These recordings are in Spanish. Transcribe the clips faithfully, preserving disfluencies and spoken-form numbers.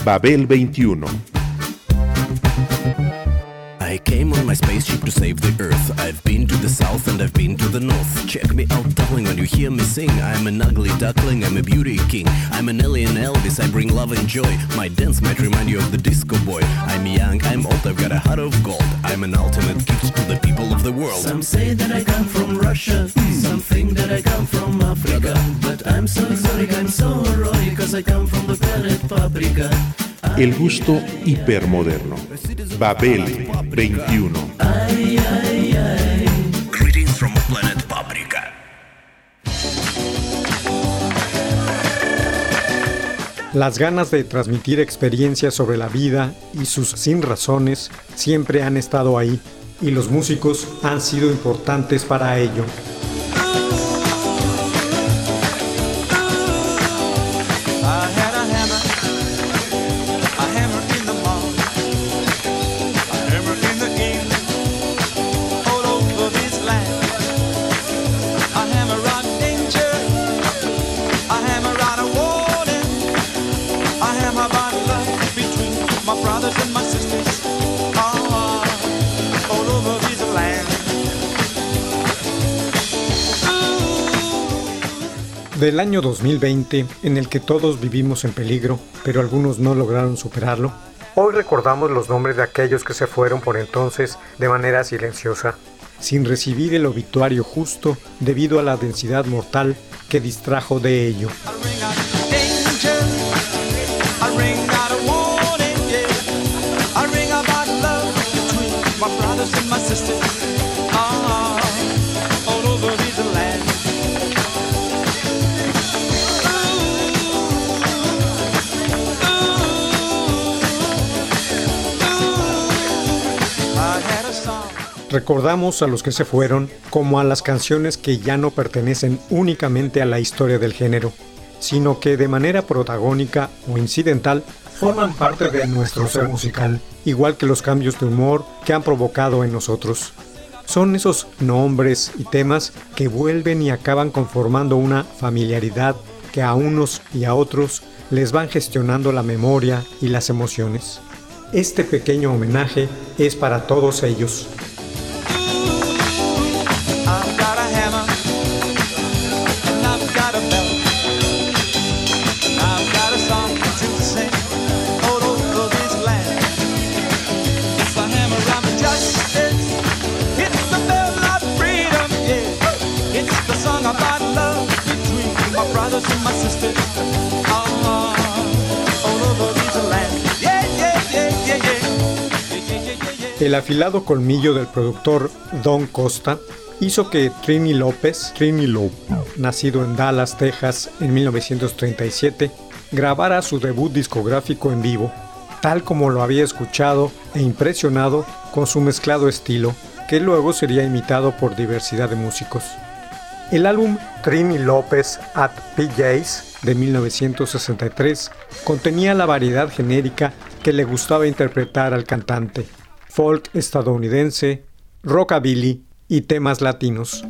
Babel veintiuno. I came on my spaceship to save the earth. I've been to the south and I've been to the north. Check me out, darling, when you hear me sing. I'm an ugly duckling, I'm a beauty king. I'm an alien Elvis, I bring love and joy. My dance might remind you of the disco boy. I'm young, I'm old, I've got a heart of gold. I'm an ultimate gift to the people of the world. Some say that I come from Russia, some think that I come from Africa. But I'm so exotic, I'm so heroic, cause I come from the planet Paprika. El gusto hipermoderno. Babel veintiuno. Ay, ay, ay. Greetings from planet Paprika. Las ganas de transmitir experiencias sobre la vida y sus sinrazones siempre han estado ahí, y los músicos han sido importantes para ello. Del año dos mil veinte, en el que todos vivimos en peligro, pero algunos no lograron superarlo, hoy recordamos los nombres de aquellos que se fueron por entonces de manera silenciosa, sin recibir el obituario justo debido a la densidad mortal que distrajo de ello. Recordamos a los que se fueron como a las canciones que ya no pertenecen únicamente a la historia del género, sino que de manera protagónica o incidental forman parte de nuestro ser musical, igual que los cambios de humor que han provocado en nosotros. Son esos nombres y temas que vuelven y acaban conformando una familiaridad que a unos y a otros les van gestionando la memoria y las emociones. Este pequeño homenaje es para todos ellos. El afilado colmillo del productor Don Costa hizo que Trini López, Trini López, nacido en Dallas, Texas, en mil novecientos treinta y siete, grabara su debut discográfico en vivo, tal como lo había escuchado e impresionado con su mezclado estilo, que luego sería imitado por diversidad de músicos. El álbum Trini López at P J's de mil novecientos sesenta y tres contenía la variedad genérica que le gustaba interpretar al cantante: folk estadounidense, rockabilly y temas latinos.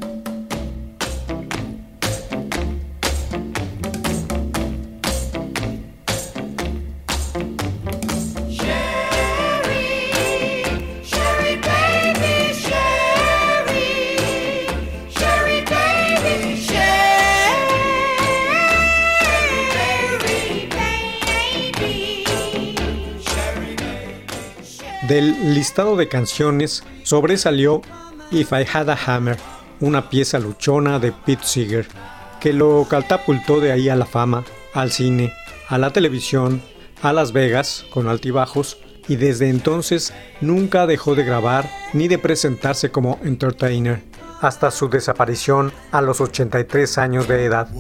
Del listado de canciones sobresalió If I Had a Hammer, una pieza luchona de Pete Seeger, que lo catapultó de ahí a la fama, al cine, a la televisión, a Las Vegas, con altibajos, y desde entonces nunca dejó de grabar ni de presentarse como entertainer, hasta su desaparición a los ochenta y tres años de edad.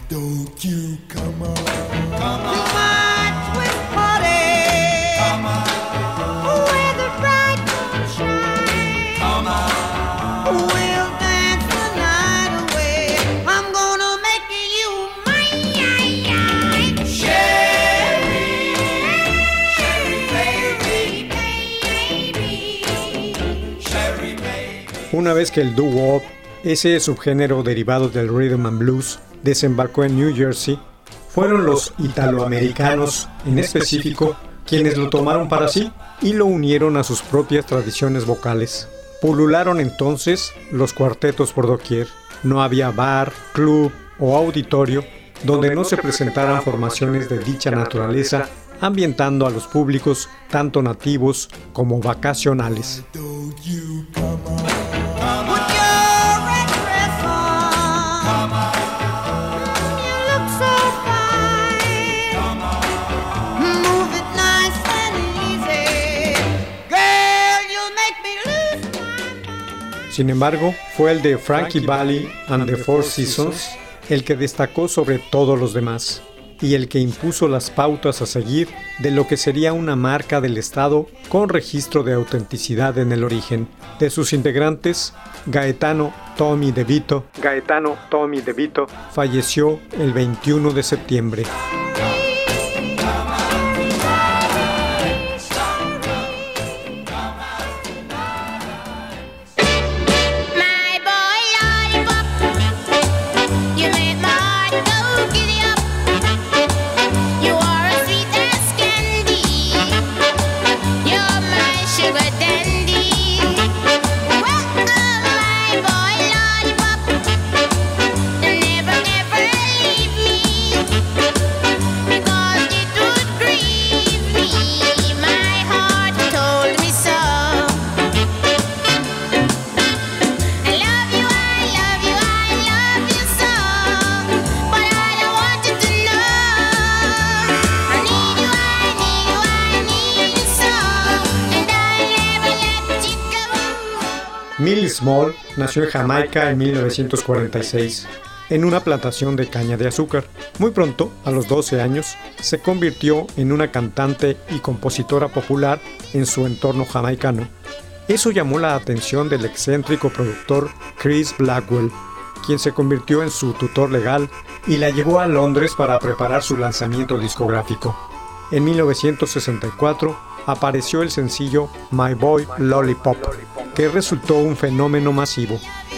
Una vez que el doo-wop, ese subgénero derivado del rhythm and blues, desembarcó en New Jersey, fueron los italoamericanos, en específico, quienes lo tomaron para sí y lo unieron a sus propias tradiciones vocales. Pulularon entonces los cuartetos por doquier. No había bar, club o auditorio donde no se presentaran formaciones de dicha naturaleza, ambientando a los públicos tanto nativos como vacacionales. Sin embargo, fue el de Frankie Valli and the Four Seasons el que destacó sobre todos los demás y el que impuso las pautas a seguir de lo que sería una marca del estado con registro de autenticidad en el origen. De sus integrantes, Gaetano Tommy DeVito, Gaetano Tommy DeVito falleció el veintiuno de septiembre. Millie Small nació en Jamaica en mil novecientos cuarenta y seis, en una plantación de caña de azúcar. Muy pronto, a los doce años, se convirtió en una cantante y compositora popular en su entorno jamaicano. Eso llamó la atención del excéntrico productor Chris Blackwell, quien se convirtió en su tutor legal y la llevó a Londres para preparar su lanzamiento discográfico. En mil novecientos sesenta y cuatro apareció el sencillo My Boy Lollipop, que resultó un fenómeno masivo.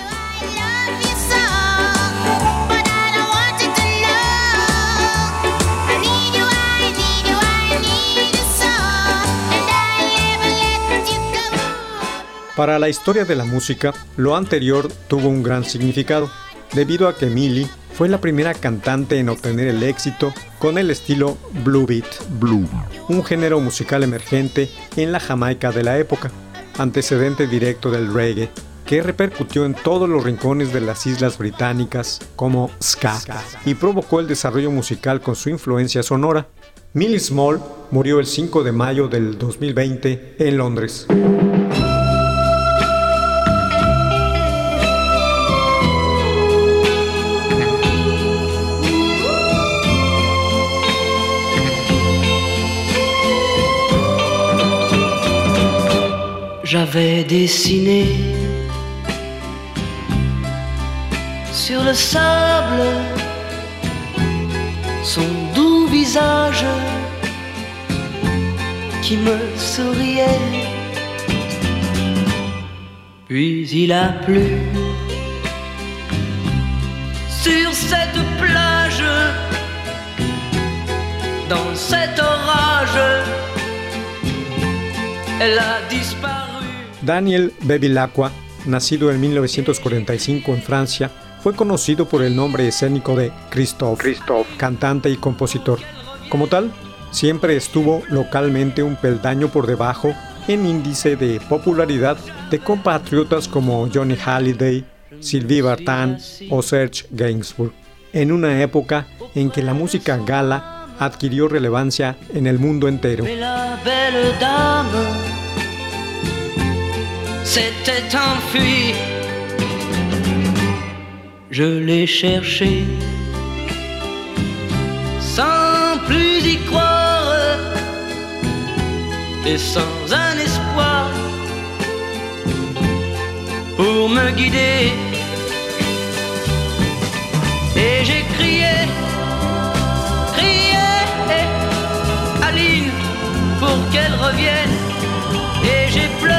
Para la historia de la música, lo anterior tuvo un gran significado, debido a que Millie fue la primera cantante en obtener el éxito con el estilo Blue Beat, Blue, un género musical emergente en la Jamaica de la época, antecedente directo del reggae, que repercutió en todos los rincones de las islas británicas como ska, y provocó el desarrollo musical con su influencia sonora. Millie Small murió el cinco de mayo del dos mil veinte en Londres. J'avais dessiné sur le sable son doux visage qui me souriait. Puis il a plu sur cette plage, dans cet orage, elle a disparu. Daniel Bevilacqua, nacido en mil novecientos cuarenta y cinco en Francia, fue conocido por el nombre escénico de Christophe, Christophe, cantante y compositor. Como tal, siempre estuvo localmente un peldaño por debajo en índice de popularidad de compatriotas como Johnny Hallyday, Sylvie Vartan o Serge Gainsbourg, en una época en que la música gala adquirió relevancia en el mundo entero. S'était enfui, je l'ai cherché sans plus y croire et sans un espoir pour me guider. Et j'ai crié, crié, Aline, pour qu'elle revienne. Et j'ai pleuré.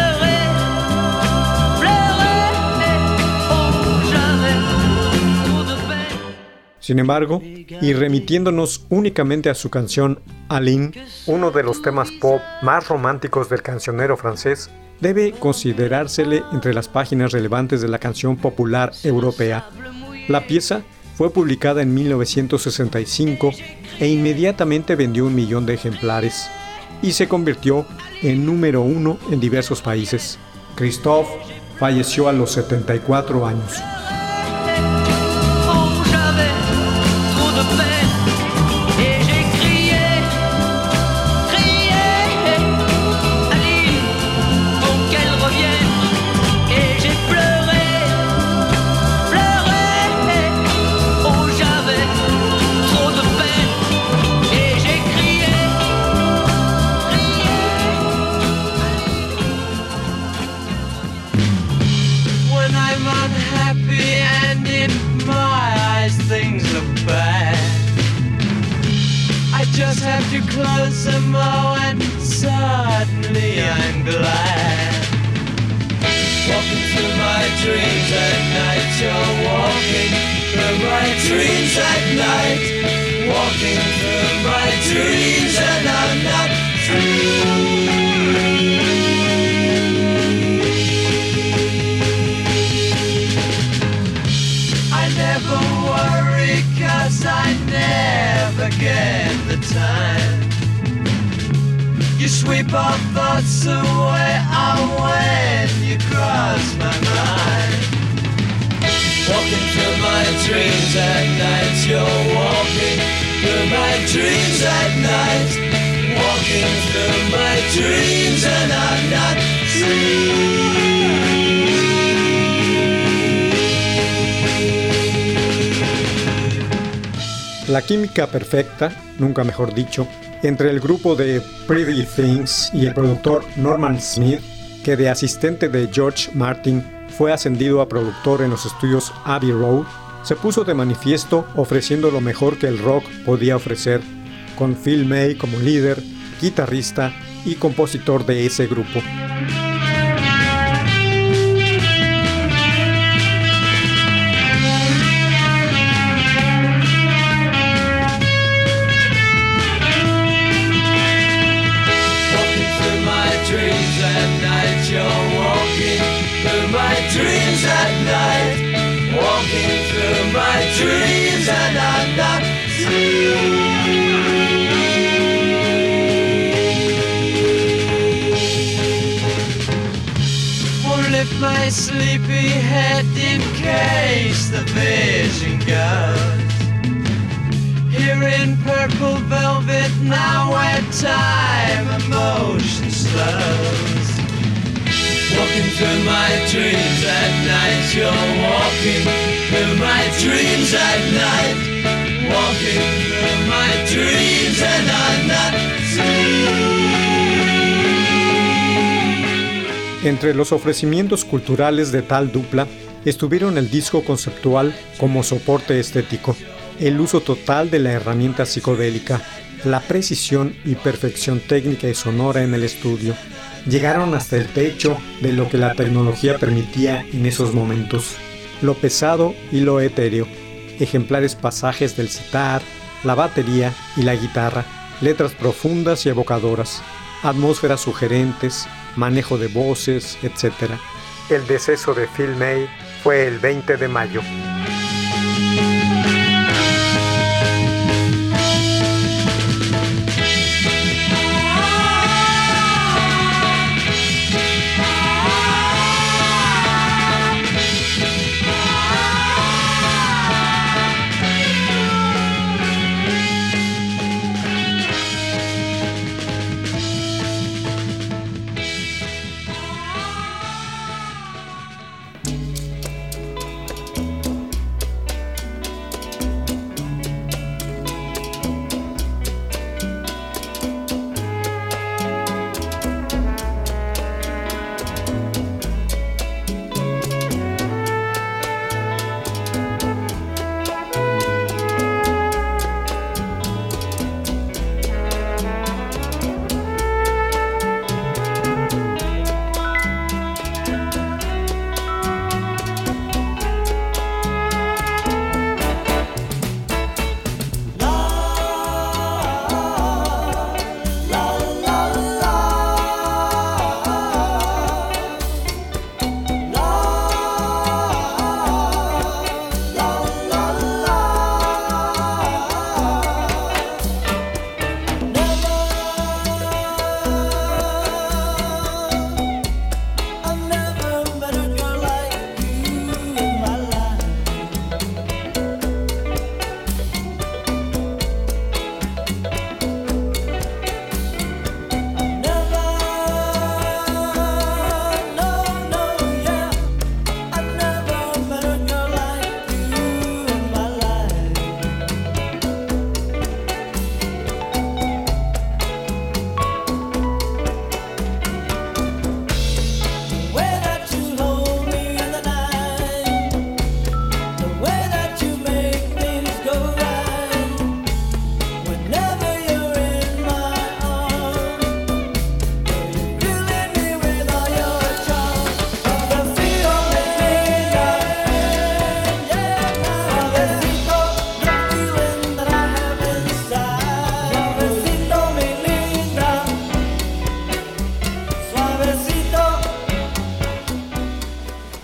Sin embargo, y remitiéndonos únicamente a su canción Aline, uno de los temas pop más románticos del cancionero francés, debe considerársele entre las páginas relevantes de la canción popular europea. La pieza fue publicada en mil novecientos sesenta y cinco e inmediatamente vendió un millón de ejemplares y se convirtió en número uno en diversos países. Christophe falleció a los setenta y cuatro años. Just have to close them all and suddenly I'm glad. Walking through my dreams at night, you're walking through my dreams at night. Walking through my dreams and I'm not free. I never worry 'cause I never get the time. You sweep all thoughts away oh, when you cross my mind. Walking through my dreams at night, you're walking through my dreams at night. Walking through my dreams and I'm not free. La química perfecta, nunca mejor dicho, entre el grupo de Pretty Things y el productor Norman Smith, que de asistente de George Martin fue ascendido a productor en los estudios Abbey Road, se puso de manifiesto ofreciendo lo mejor que el rock podía ofrecer, con Phil May como líder, guitarrista y compositor de ese grupo. Dreams at night, walking through my dreams and I'm not free. Won't lift my sleepy head in case the vision goes. Here in purple velvet now where time and motion slows. Walking through my dreams at night, you're walking through my dreams at night. Walking through my dreams and I'm not free. Entre los ofrecimientos culturales de tal dupla estuvieron el disco conceptual como soporte estético, el uso total de la herramienta psicodélica, la precisión y perfección técnica y sonora en el estudio. Llegaron hasta el techo de lo que la tecnología permitía en esos momentos, lo pesado y lo etéreo, ejemplares pasajes del sitar, la batería y la guitarra, letras profundas y evocadoras, atmósferas sugerentes, manejo de voces, etcétera. El deceso de Phil May fue el veinte de mayo.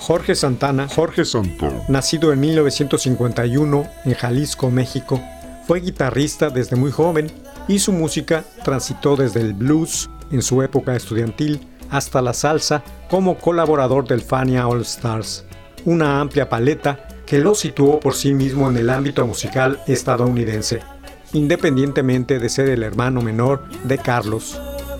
Jorge Santana, Jorge Santana, nacido en mil novecientos cincuenta y uno en Jalisco, México, fue guitarrista desde muy joven y su música transitó desde el blues en su época estudiantil hasta la salsa como colaborador del Fania All Stars, una amplia paleta que lo situó por sí mismo en el ámbito musical estadounidense, independientemente de ser el hermano menor de Carlos.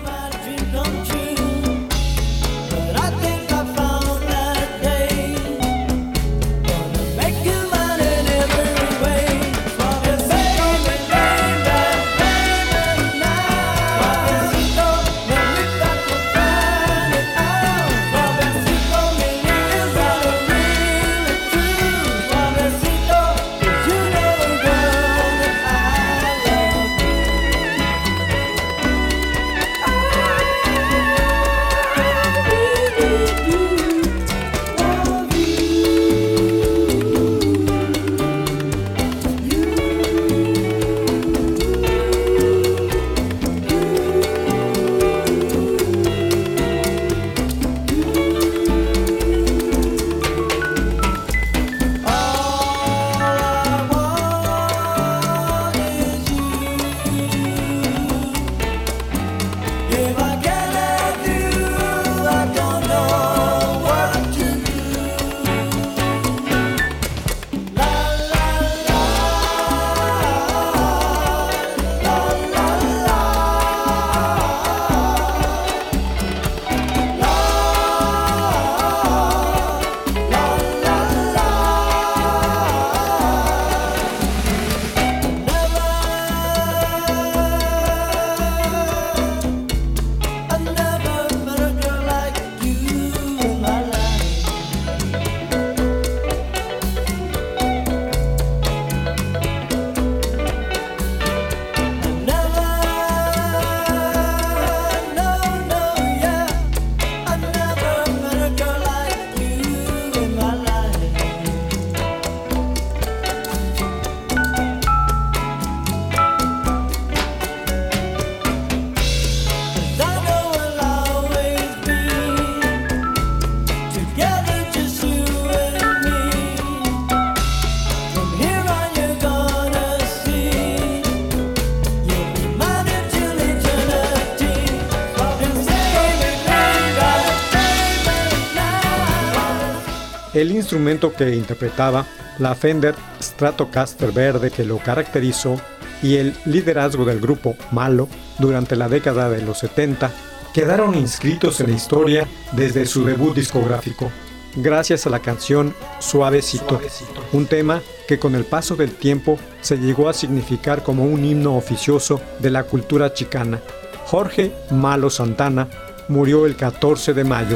El instrumento que interpretaba, la Fender Stratocaster verde que lo caracterizó y el liderazgo del grupo Malo durante la década de los setenta quedaron inscritos en la historia desde su debut discográfico, gracias a la canción Suavecito, un tema que con el paso del tiempo se llegó a significar como un himno oficioso de la cultura chicana. Jorge Malo Santana murió el catorce de mayo.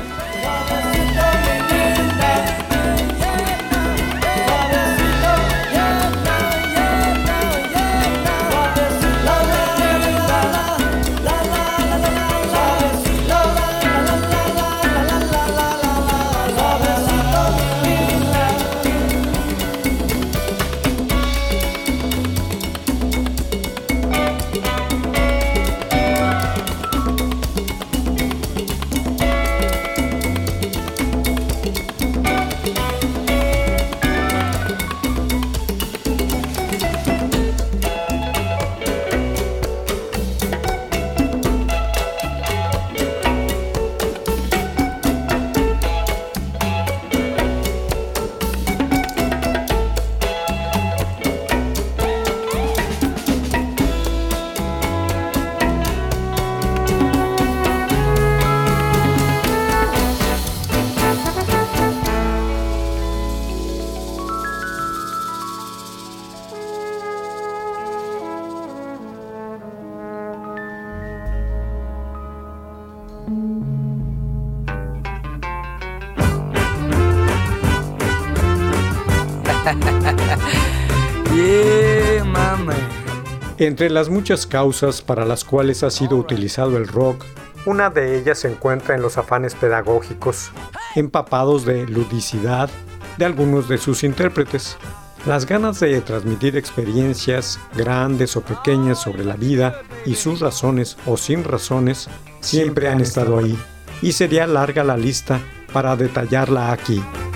Yeah, mama. Entre las muchas causas para las cuales ha sido utilizado el rock, una de ellas se encuentra en los afanes pedagógicos, empapados de ludicidad de algunos de sus intérpretes. Las ganas de transmitir experiencias grandes o pequeñas sobre la vida y sus razones o sin razones siempre han estado ahí, y sería larga la lista para detallarla aquí.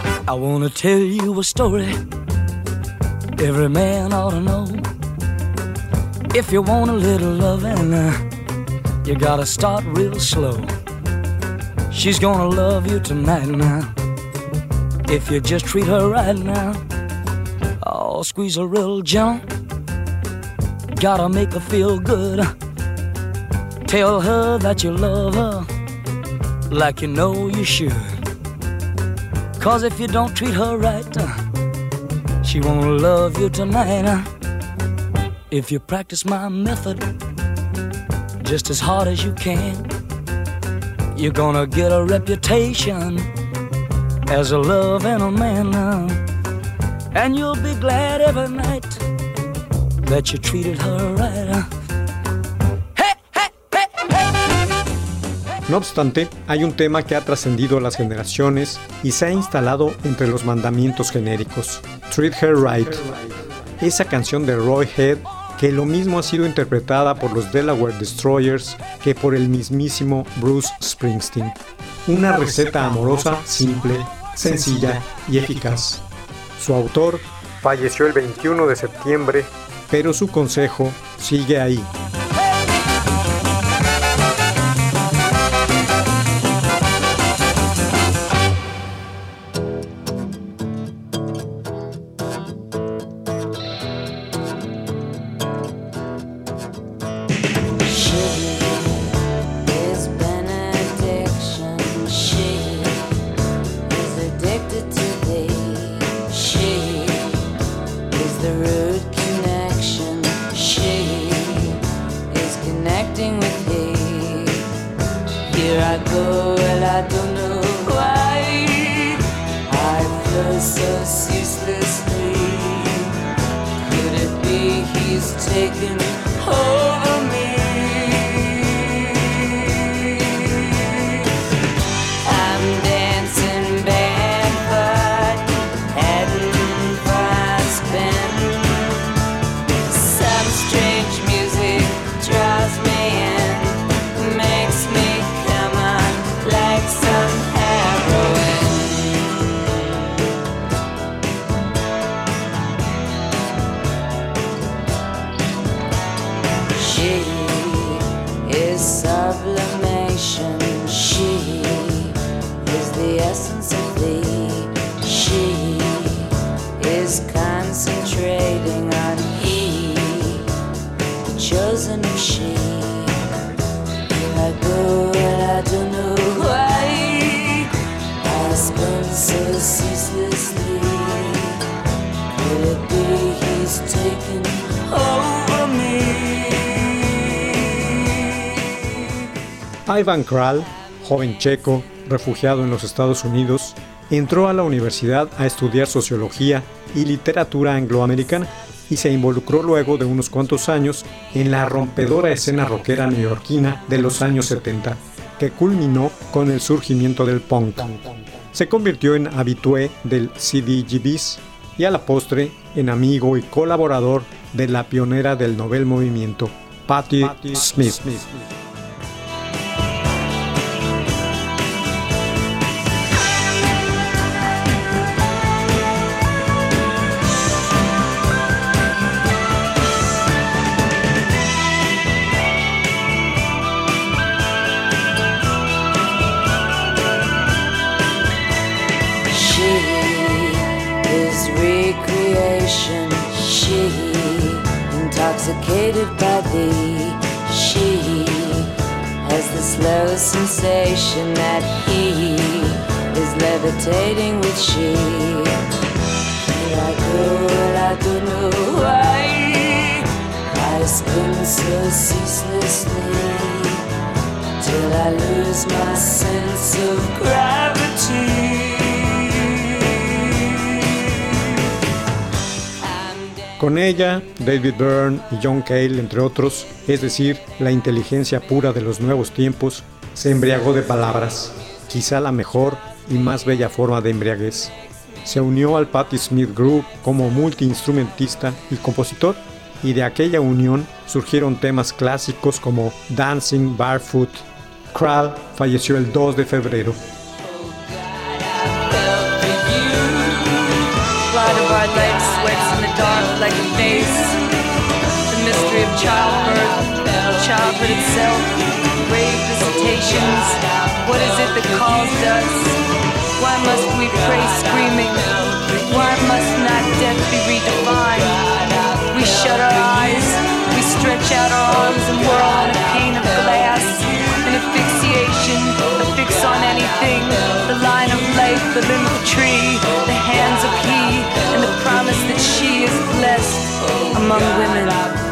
I wanna tell you a story every man ought to know. If you want a little loving, uh, you gotta start real slow. She's gonna love you tonight now, if you just treat her right now. Oh, squeeze her real gentle, gotta make her feel good. Tell her that you love her like you know you should. Cause if you don't treat her right, uh, she won't love you tonight. uh. If you practice my method just as hard as you can, you're gonna get a reputation as a love and a man now. And you'll be glad every night that you treated her right. uh. No obstante, hay un tema que ha trascendido las generaciones y se ha instalado entre los mandamientos genéricos: Treat Her Right. Esa canción de Roy Head, que lo mismo ha sido interpretada por los Delaware Destroyers que por el mismísimo Bruce Springsteen. Una receta amorosa, simple, sencilla y eficaz. Su autor falleció el veintiuno de septiembre, pero su consejo sigue ahí. Ivan Krall, joven checo, refugiado en los Estados Unidos, entró a la universidad a estudiar sociología y literatura angloamericana y se involucró luego de unos cuantos años en la rompedora escena rockera neoyorquina de los años setenta, que culminó con el surgimiento del punk. Se convirtió en habitué del C B G Bs y a la postre en amigo y colaborador de la pionera del novel movimiento, Patti, Patti Smith. Smith. Intoxicated by thee, she has the slow sensation that he is levitating with she. Here I go and I don't know why I spin so ceaselessly till I lose my sense of gravity. Con ella, David Byrne y John Cale, entre otros, es decir, la inteligencia pura de los nuevos tiempos, se embriagó de palabras, quizá la mejor y más bella forma de embriaguez. Se unió al Patti Smith Group como multiinstrumentista y compositor, y de aquella unión surgieron temas clásicos como Dancing Barefoot. Krall falleció el dos de febrero. Oh God, I felt for you. like a face. The mystery of childbirth, childhood itself, grave visitations. What is it that calls us? Why must we pray screaming? Why must not death be redefined? We shut our eyes, we stretch out our arms and whirl in a pane of glass. An asphyxiation, a fix on anything. The line of life, the limb of a tree, the hands of he, and the promise that she is blessed among women.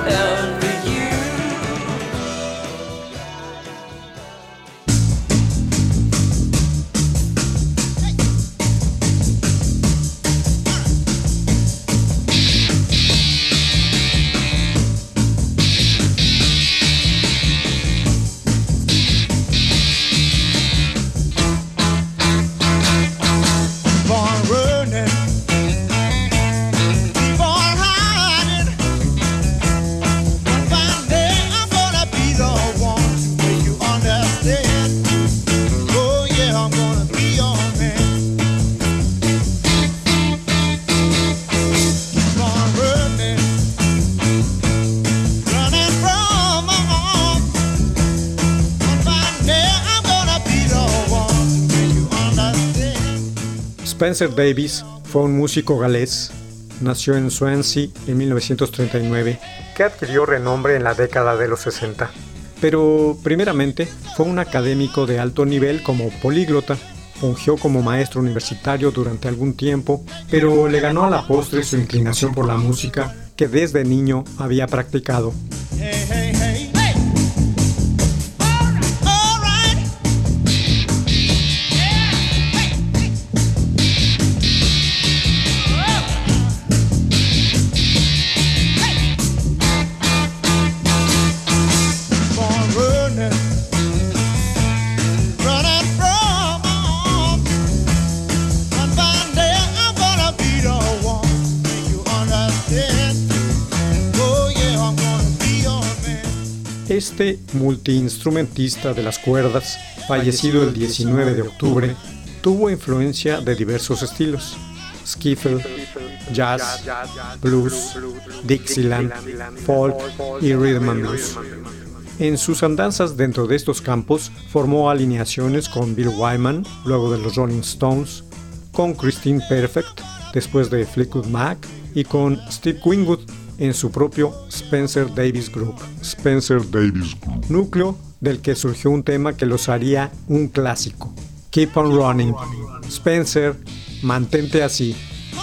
Spencer Davis fue un músico galés. Nació en Swansea en mil novecientos treinta y nueve, que adquirió renombre en la década de los sesenta. Pero, primeramente, fue un académico de alto nivel como políglota. Fungió como maestro universitario durante algún tiempo, pero le ganó a la postre su inclinación por la música que desde niño había practicado. Hey, hey, hey. Este multiinstrumentista de las cuerdas, fallecido el diecinueve de octubre, tuvo influencia de diversos estilos: skiffle, jazz, blues, Dixieland, folk y rhythm and blues. En sus andanzas dentro de estos campos formó alineaciones con Bill Wyman, luego de los Rolling Stones, con Christine Perfect, después de Fleetwood Mac, y con Steve Winwood en su propio Spencer Davis Group. Spencer Davis Group. Núcleo del que surgió un tema que los haría un clásico: Keep on Running. Spencer, mantente así.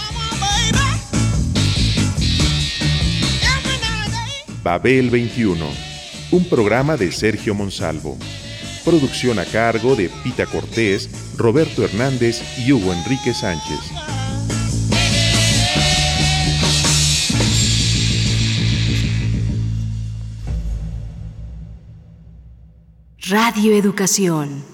Babel veintiuno, un programa de Sergio Monsalvo. Producción a cargo de Pita Cortés, Roberto Hernández y Hugo Enrique Sánchez. Radio Educación.